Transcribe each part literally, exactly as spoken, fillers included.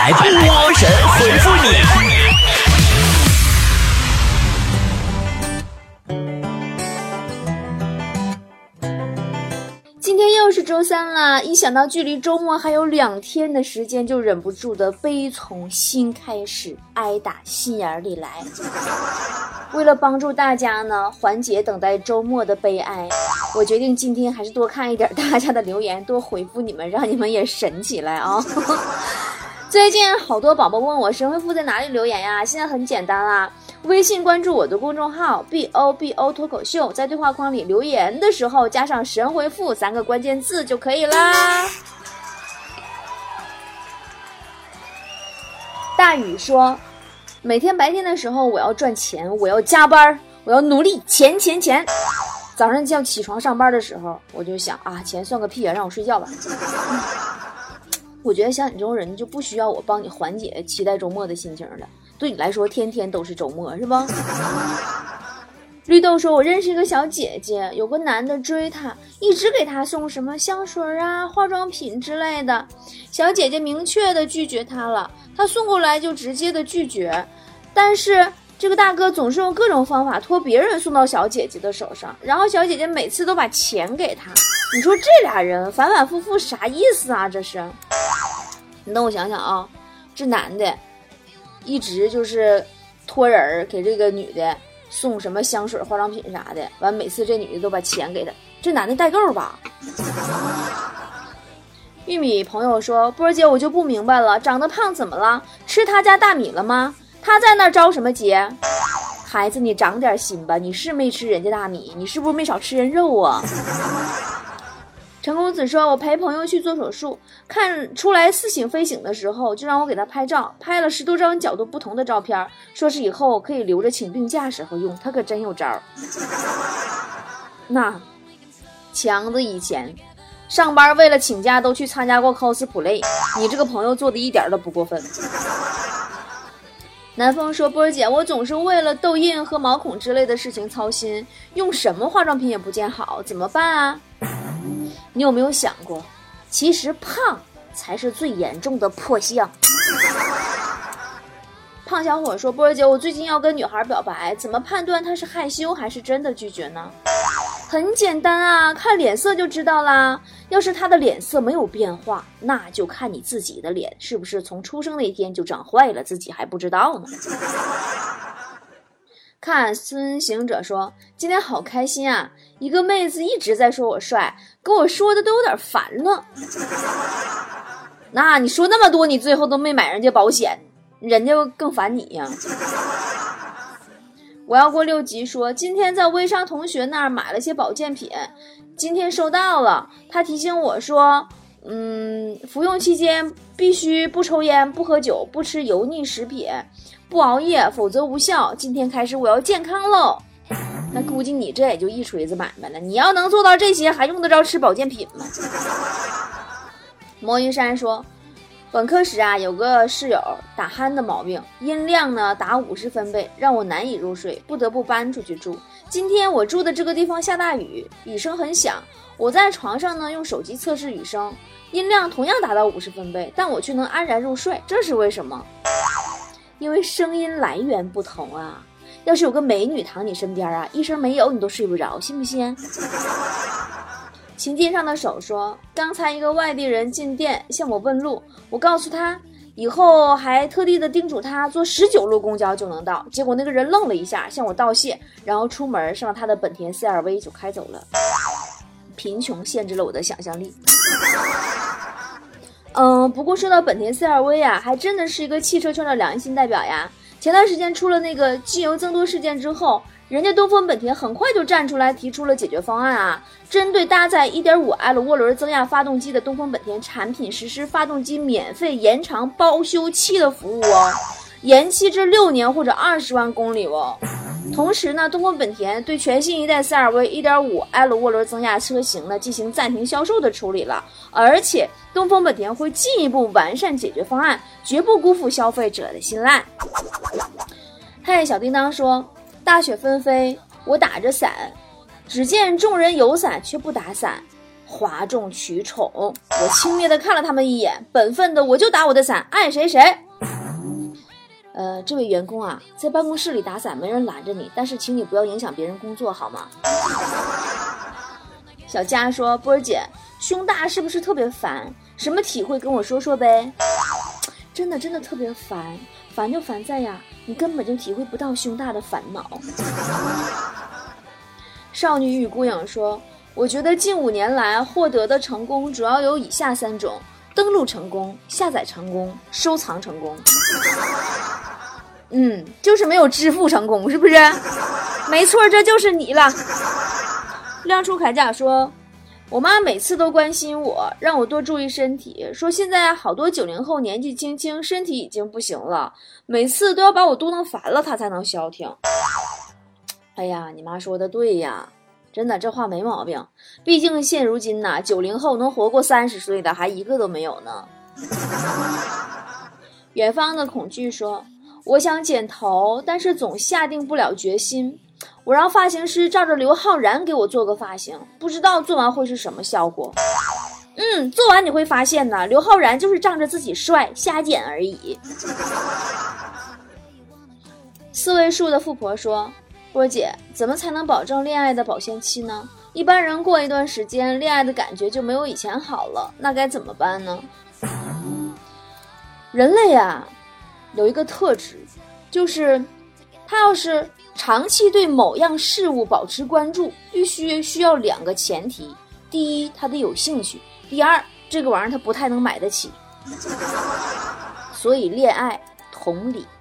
来，波神回复你。 今天又是周三了，一想到距离周末还有两天的时间，就忍不住的悲从心开始，哀打心眼里来。为了帮助大家呢，缓解等待周末的悲哀，我决定今天还是多看一点大家的留言，多回复你们，让你们也神起来啊！最近好多宝宝问我神回复在哪里留言呀？现在很简单啦，微信关注我的公众号 B O B O 脱口秀，在对话框里留言的时候加上神回复三个关键字就可以啦。大宇说，每天白天的时候我要赚钱，我要加班，我要努力，钱钱钱。早上叫起床上班的时候，我就想啊，钱算个屁啊，让我睡觉吧。我觉得像你这种人就不需要我帮你缓解期待周末的心情了，对你来说天天都是周末是吧？绿豆说，我认识一个小姐姐，有个男的追她，一直给她送什么香水啊、化妆品之类的，小姐姐明确的拒绝他了，他送过来就直接的拒绝，但是这个大哥总是用各种方法托别人送到小姐姐的手上，然后小姐姐每次都把钱给他，你说这俩人反反复复啥意思啊？这是，你等我想想啊，这男的一直就是托人给这个女的送什么香水、化妆品啥的，完每次这女的都把钱给他，这男的代购吧？玉米朋友说，波儿姐我就不明白了，长得胖怎么了？吃他家大米了吗？他在那儿着什么急？孩子你长点心吧，你是没吃人家大米，你是不是没少吃人肉啊？陈公子说，我陪朋友去做手术，看出来似醒非醒的时候就让我给他拍照，拍了十多张角度不同的照片，说是以后可以留着请病假时候用，他可真有招。那强子以前上班为了请假都去参加过 cosplay， 你这个朋友做的一点都不过分。南风说，波儿姐我总是为了痘印和毛孔之类的事情操心，用什么化妆品也不见好，怎么办啊？你有没有想过，其实胖才是最严重的破相。胖小伙说，波儿姐我最近要跟女孩表白，怎么判断她是害羞还是真的拒绝呢？很简单啊，看脸色就知道啦。要是她的脸色没有变化，那就看你自己的脸是不是从出生那天就长坏了，自己还不知道呢。看孙行者说，今天好开心啊，一个妹子一直在说我帅，跟我说的都有点烦了。那你说那么多，你最后都没买人家保险，人家更烦你呀。我要过六级说，今天在微商同学那儿买了些保健品，今天收到了，他提醒我说，嗯，服用期间必须不抽烟、不喝酒、不吃油腻食品、不熬夜，否则无效。今天开始我要健康喽。那估计你这也就一锤子买卖了，你要能做到这些，还用得着吃保健品吗？魔云山说，本科时啊，有个室友打鼾的毛病，音量呢打五十分贝，让我难以入睡，不得不搬出去住。今天我住的这个地方下大雨，雨声很响，我在床上呢用手机测试雨声，音量同样达到五十分贝，但我却能安然入睡，这是为什么？因为声音来源不同啊。要是有个美女躺你身边啊，一声没有你都睡不着，信不信？琴键上的手说，刚才一个外地人进店向我问路，我告诉他以后还特地的叮嘱他坐十九路公交就能到，结果那个人愣了一下向我道谢，然后出门上了他的本田 C R V 就开走了。贫穷限制了我的想象力。嗯，不过说到本田 C R V 啊，还真的是一个汽车圈的良心代表呀。前段时间出了那个机油增多事件之后，人家东风本田很快就站出来提出了解决方案啊，针对搭载 一点五 L 涡轮增压发动机的东风本田产品实施发动机免费延长包修期的服务哦，延期至六年或者二十万公里哦。同时呢，东风本田对全新一代 C R V 一点五 L 涡轮增压车型呢进行暂停销售的处理了，而且东风本田会进一步完善解决方案，绝不辜负消费者的信赖。嗨，小叮当说，大雪纷飞，我打着伞，只见众人有伞却不打伞， 哗众取宠。我轻蔑地看了他们一眼，本分的我就打我的伞，爱谁谁。呃，这位员工啊，在办公室里打伞没人拦着你，但是请你不要影响别人工作好吗？小佳说，波儿姐，胸大是不是特别烦？什么体会跟我说说呗。真的真的特别烦，烦就烦在呀，你根本就体会不到胸大的烦恼。少女与孤影说，我觉得近五年来获得的成功主要有以下三种：登录成功、下载成功、收藏成功。嗯，就是没有支付成功，是不是？没错，这就是你了。亮出铠甲说，我妈每次都关心我，让我多注意身体，说现在好多九零后年纪轻轻身体已经不行了，每次都要把我嘟囔烦了她才能消停。哎呀，你妈说的对呀，真的这话没毛病，毕竟现如今呐，九零后能活过三十岁的还一个都没有呢。远方的恐惧说，我想剪头，但是总下定不了决心。我让发型师照着刘昊然给我做个发型，不知道做完会是什么效果。嗯，做完你会发现呢，刘昊然就是仗着自己帅瞎剪而已。四位数的富婆说，波姐，怎么才能保证恋爱的保鲜期呢？一般人过一段时间，恋爱的感觉就没有以前好了，那该怎么办呢？人类啊，有一个特质，就是他要是长期对某样事物保持关注，必须需要两个前提：第一，他得有兴趣；第二，这个玩意儿他不太能买得起。所以恋爱同理。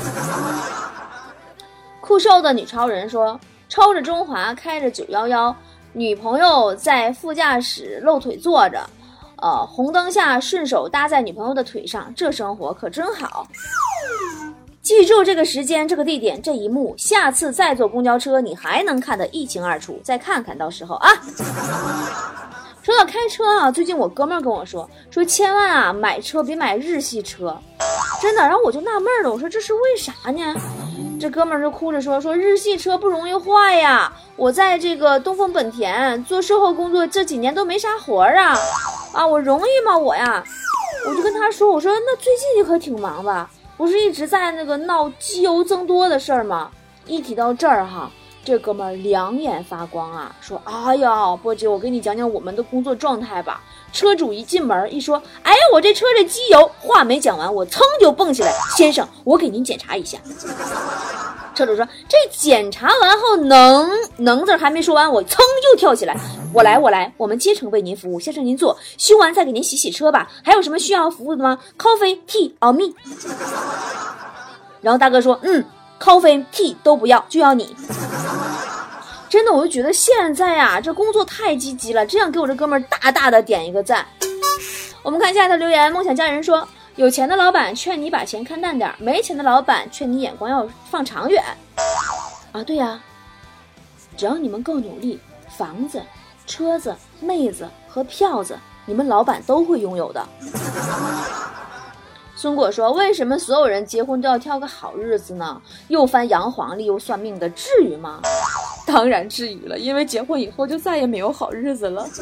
酷瘦的女超人说，抽着中华，开着九一一，女朋友在副驾驶露腿坐着，呃，红灯下顺手搭在女朋友的腿上，这生活可真好。记住这个时间、这个地点、这一幕，下次再坐公交车你还能看得一清二楚，再看看到时候啊。说到开车啊，最近我哥们儿跟我说说千万啊买车别买日系车，真的，然后我就纳闷了，我说这是为啥呢？这哥们儿就哭着说说日系车不容易坏呀，我在这个东风本田做售后工作这几年都没啥活啊，啊我容易吗我呀？我就跟他说，我说那最近你可挺忙吧，不是一直在那个闹机油增多的事儿吗？一提到这儿哈，这哥们儿两眼发光啊，说哎呀波姐，我给你讲讲我们的工作状态吧。车主一进门一说，哎呀我这车这机油，话没讲完我噌就蹦起来，先生我给您检查一下。车主说这检查完后能能字还没说完，我噌就跳起来，我来我来，我们竭诚为您服务，先生您坐，修完再给您洗洗车吧，还有什么需要服务的吗？ Coffee Tea or me？ 然后大哥说嗯 Coffee Tea 都不要，就要你。真的，我就觉得现在啊这工作太积极了，这样给我这哥们儿大大的点一个赞。我们看一下他留言，梦想家人说，有钱的老板劝你把钱看淡点，没钱的老板劝你眼光要放长远啊。对呀、啊，只要你们够努力，房子、车子、妹子和票子你们老板都会拥有的。孙果说，为什么所有人结婚都要挑个好日子呢？又翻洋黄历又算命的，至于吗？当然至于了，因为结婚以后就再也没有好日子了。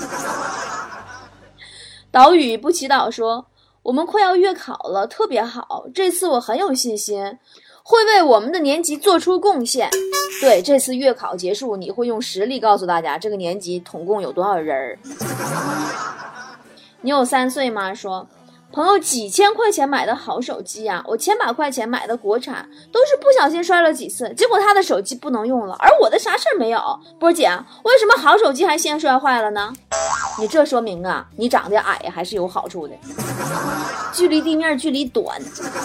岛屿不祈祷说，我们快要月考了，特别好，这次我很有信心会为我们的年级做出贡献。对，这次月考结束，你会用实力告诉大家这个年级统共有多少人。你有三岁吗？说朋友几千块钱买的好手机啊，我千把块钱买的国产，都是不小心摔了几次，结果他的手机不能用了，而我的啥事儿没有。波姐，为什么好手机还先摔坏了呢？你这说明啊，你长得矮还是有好处的，距离地面距离短。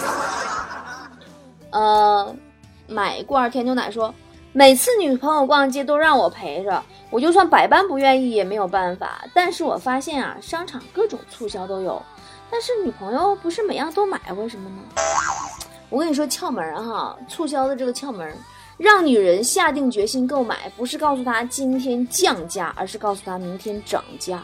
呃，买罐甜牛奶说，每次女朋友逛街都让我陪着，我就算百般不愿意也没有办法。但是我发现啊，商场各种促销都有，但是女朋友不是每样都买，为什么呢？我跟你说窍门哈，促销的这个窍门，让女人下定决心购买，不是告诉她今天降价，而是告诉她明天涨价。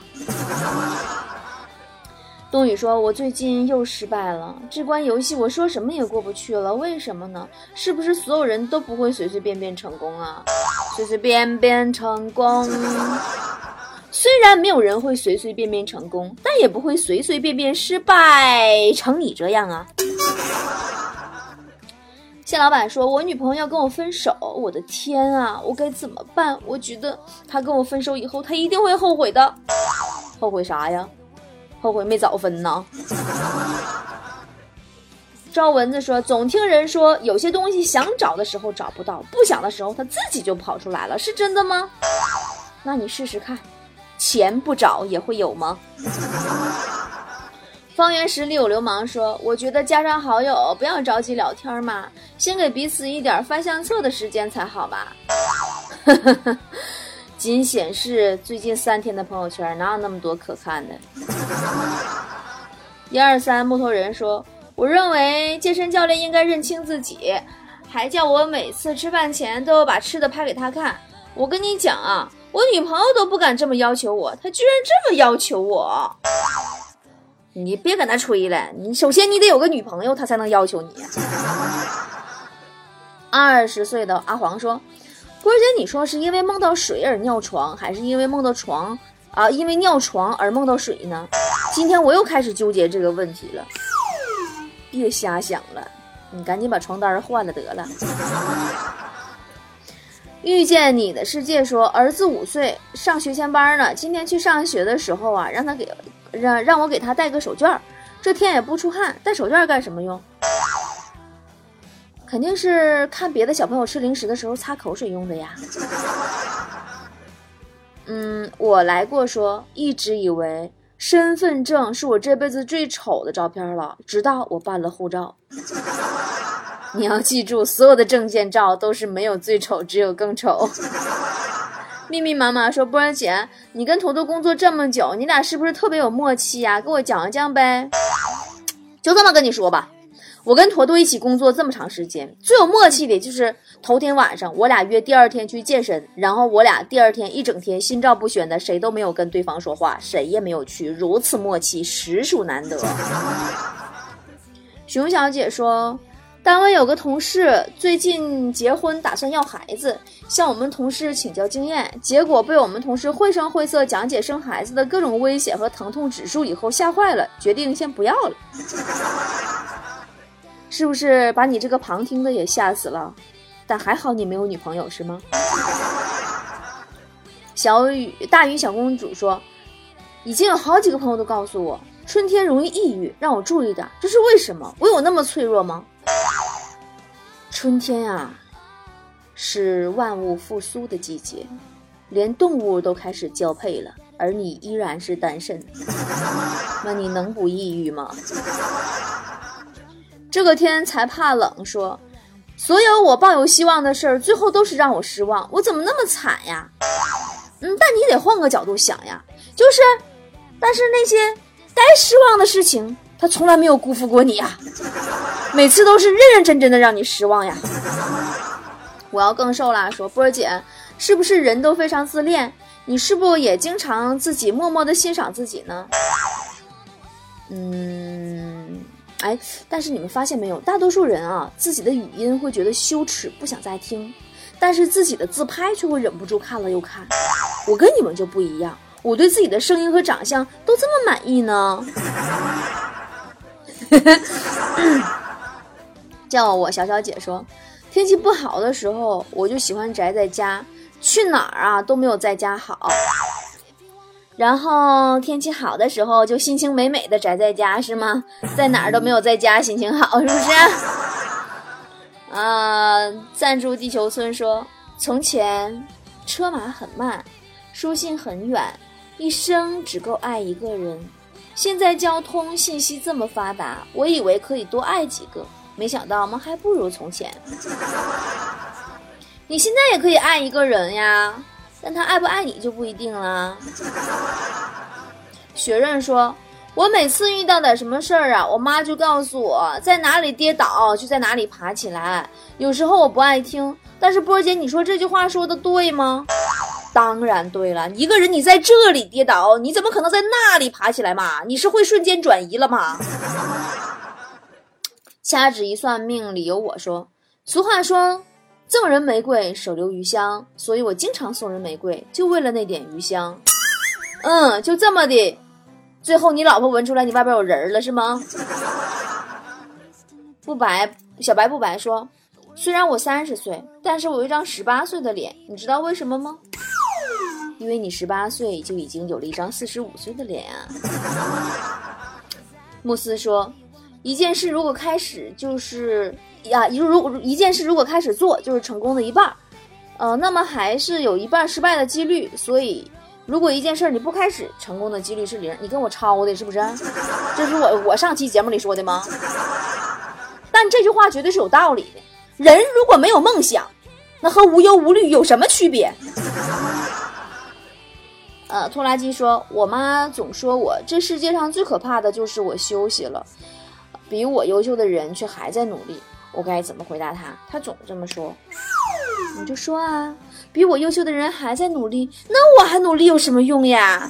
冬雨说，我最近又失败了，这关游戏我说什么也过不去了，为什么呢？是不是所有人都不会随随便便成功啊？随随便便成功， 虽然没有人会随随便便成功，但也不会随随便便失败成你这样啊。谢老板说，我女朋友要跟我分手，我的天啊，我该怎么办？我觉得她跟我分手以后，她一定会后悔的。后悔啥呀？后悔没早分呢。赵蚊子说，总听人说有些东西想找的时候找不到，不想的时候它自己就跑出来了，是真的吗？那你试试看，钱不找也会有吗？方圆十里有流氓说，我觉得加上好友不要着急聊天嘛，先给彼此一点翻相册的时间才好吧。仅显示最近三天的朋友圈哪有那么多可看的。一二三木头人说，我认为健身教练应该认清自己，还叫我每次吃饭前都要把吃的拍给他看。我跟你讲啊，我女朋友都不敢这么要求我，她居然这么要求我。你别跟他吹了，你首先你得有个女朋友，他才能要求你。二十岁的阿黄说，波姐，你说是因为梦到水而尿床，还是因为梦到床啊？因为尿床而梦到水呢？今天我又开始纠结这个问题了。别瞎想了，你赶紧把床单换了得了。遇见你的世界说，儿子五岁上学前班呢，今天去上学的时候啊，让他给让让我给他带个手绢，这天也不出汗，带手绢干什么用？肯定是看别的小朋友吃零食的时候擦口水用的呀。嗯，我来过说，一直以为身份证是我这辈子最丑的照片了，直到我办了护照。你要记住，所有的证件照都是没有最丑，只有更丑。密密麻麻说，波儿姐，你跟坨坨工作这么久，你俩是不是特别有默契呀？给我讲一讲呗。就这么跟你说吧，我跟坨坨一起工作这么长时间，最有默契的就是头天晚上我俩约第二天去健身，然后我俩第二天一整天心照不宣的，谁都没有跟对方说话，谁也没有去，如此默契实属难得。熊小姐说，单位有个同事最近结婚，打算要孩子，向我们同事请教经验，结果被我们同事绘声绘色讲解生孩子的各种危险和疼痛指数以后吓坏了，决定先不要了。是不是把你这个旁听的也吓死了？但还好你没有女朋友是吗？小雨大鱼小公主说，已经有好几个朋友都告诉我，春天容易抑郁，让我注意点，这是为什么？我有那么脆弱吗？春天啊，是万物复苏的季节，连动物都开始交配了，而你依然是单身，那你能不抑郁吗？这个天才怕冷说，所有我抱有希望的事儿，最后都是让我失望，我怎么那么惨呀？嗯，但你得换个角度想呀，就是，但是那些该失望的事情，他从来没有辜负过你呀，每次都是认认真真的让你失望呀。我要更瘦啦，说波儿姐，是不是人都非常自恋？你是不是也经常自己默默的欣赏自己呢？嗯，哎，但是你们发现没有，大多数人啊，自己的语音会觉得羞耻，不想再听，但是自己的自拍却会忍不住看了又看。我跟你们就不一样，我对自己的声音和长相都这么满意呢。叫我小小姐说，天气不好的时候我就喜欢宅在家，去哪儿啊都没有在家好，然后天气好的时候就心情美美的宅在家是吗？在哪儿都没有在家心情好是不是？啊，赞助地球村说，从前车马很慢，书信很远，一生只够爱一个人，现在交通信息这么发达，我以为可以多爱几个，没想到我们还不如从前。你现在也可以爱一个人呀，但他爱不爱你就不一定啦。雪润说，我每次遇到点什么事儿啊，我妈就告诉我在哪里跌倒就在哪里爬起来，有时候我不爱听，但是波姐你说这句话说的对吗？当然对了，一个人你在这里跌倒，你怎么可能在那里爬起来嘛？你是会瞬间转移了吗？掐指一算命里有我说，俗话说赠人玫瑰手留余香，所以我经常送人玫瑰，就为了那点余香。 嗯，就这么的，最后你老婆闻出来你外边有人了是吗？不白小白不白说，虽然我三十岁，但是我有一张十八岁的脸，你知道为什么吗？因为你十八岁就已经有了一张四十五岁的脸啊。慕斯说，一件事如果开始就是呀，如如一件事如果开始做就是成功的一半，呃，那么还是有一半失败的几率，所以如果一件事你不开始，成功的几率是零。你跟我抄的是不是？这是我我上期节目里说的吗？但这句话绝对是有道理的。人如果没有梦想，那和无忧无虑有什么区别？呃，拖拉机说，我妈总说我这世界上最可怕的就是我休息了，比我优秀的人却还在努力，我该怎么回答她？她总这么说。你就说啊，比我优秀的人还在努力，那我还努力有什么用呀？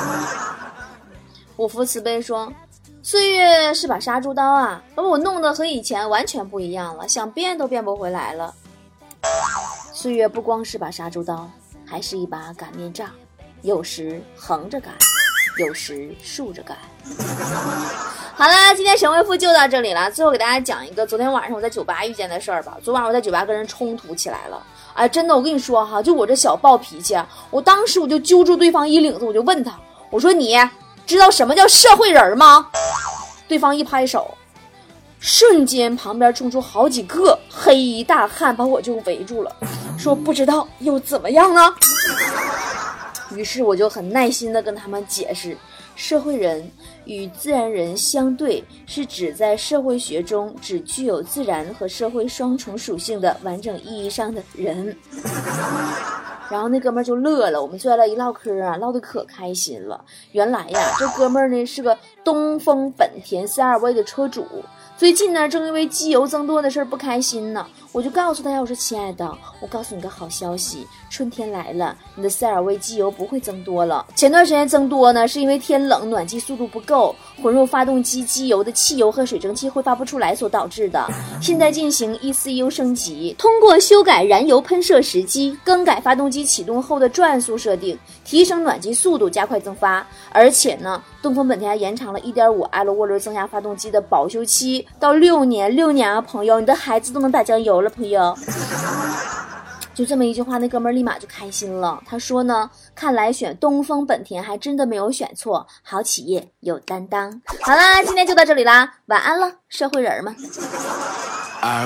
五福慈悲说，岁月是把杀猪刀啊，把我弄得和以前完全不一样了，想变都变不回来了。岁月不光是把杀猪刀，还是一把擀面杖，有时横着擀，有时竖着擀。好啦，今天神回复就到这里了。最后给大家讲一个昨天晚上我在酒吧遇见的事儿吧。昨晚我在酒吧跟人冲突起来了，哎，真的，我跟你说哈，就我这小暴脾气，我当时我就揪住对方衣领子，我就问他，我说你知道什么叫社会人吗？对方一拍手，瞬间旁边冲出好几个黑衣大汉把我就围住了，说不知道又怎么样呢？于是我就很耐心地跟他们解释，社会人与自然人相对，是指在社会学中只具有自然和社会双重属性的完整意义上的人。然后那哥们儿就乐了，我们坐下来一唠嗑啊，唠得可开心了。原来呀，这哥们儿呢是个东风本田 C R V 的车主，最近呢正因为机油增多的事儿不开心呢。我就告诉他呀，我说亲爱的，我告诉你个好消息，春天来了，你的 C R V 机油不会增多了。前段时间增多呢，是因为天冷，暖气速度不够，混入发动机机油的汽油和水蒸气挥发不出来所导致的。现在进行 E C U 升级，通过修改燃油喷射时机，更改发动机启动后的转速设定，提升暖机速度，加快增发。而且呢，东风本田还延长了 一点五 L 涡轮增压发动机的保修期到六年。六年啊，朋友，你的孩子都能打酱油了，朋友。就这么一句话，那哥们儿立马就开心了。他说呢，看来选东风本田还真的没有选错，好企业有担当。好啦，今天就到这里啦，晚安了，社会人们。I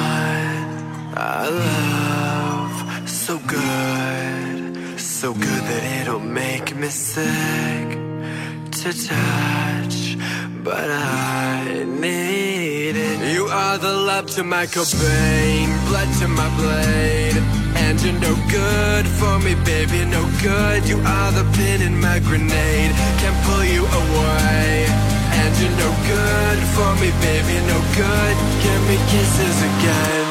want a love so good, so good that it'll make me sick to touch, but I need it. You are the love to my Cobain, blood to my blade, and you're no good for me, baby, no good. You are the pin in my grenade, can't pull you away. And you're no good for me, baby, no good. Give me kisses again.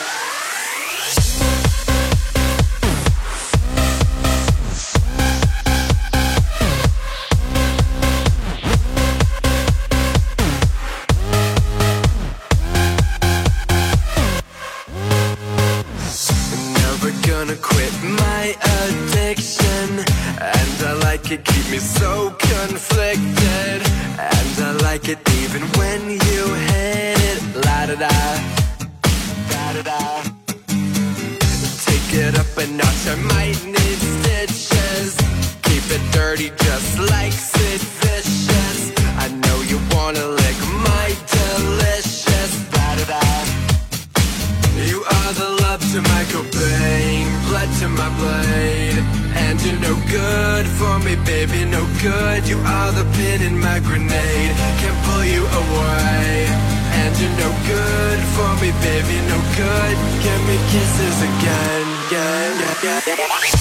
Never gonna quit my addiction, and I like it, keep me so conflicted. And I like it even when you hit it. La-da-da, da-da-da. Take it up a notch, I might need stitches. Keep it dirty just like Sid Vicious. I know you wanna lick my delicious. Da-da-da. You are the love to my Cobain, blood to my blade, and you're no good for me, baby, no good. You are the pin in my grenade, can't pull you away. And you're no good for me, baby, no good. Give me kisses again, yeah, yeah, yeah, yeah.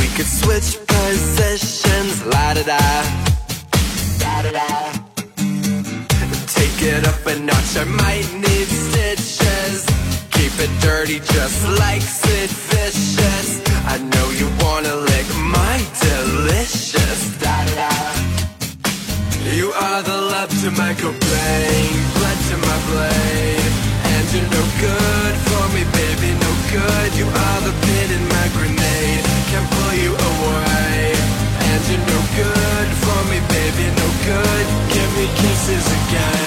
could switch positions, la da da, la da da. Take it up a notch, I might need stitches. Keep it dirty just like Sid Vicious. I know you wanna lick my delicious, da da da. You are the love to my Cobain, blood to my blade. And you're no good for me, baby, no good. You are the pin in my grenade, can't pull you away. And you're no good for me, baby, no good. Give me kisses again.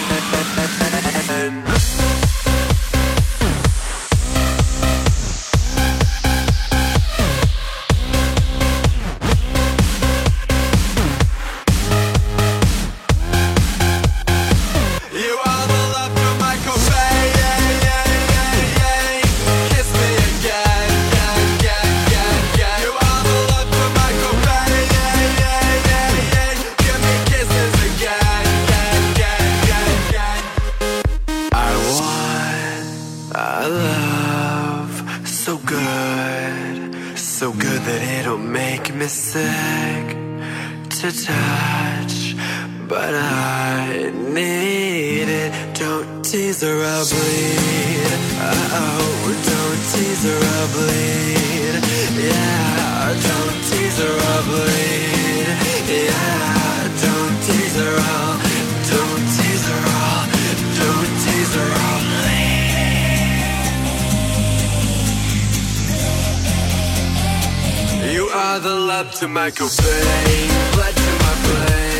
Sick to touch, but I need it. Don't tease or I'll bleed. Uh-oh, don't tease or I'll bleed. Yeah, don't tease or I'll bleed. Yeah, don't tease or I'll, don't tease or I'll, don't tease or I'll bleed. You are the love to my Cobain, blood to my flame.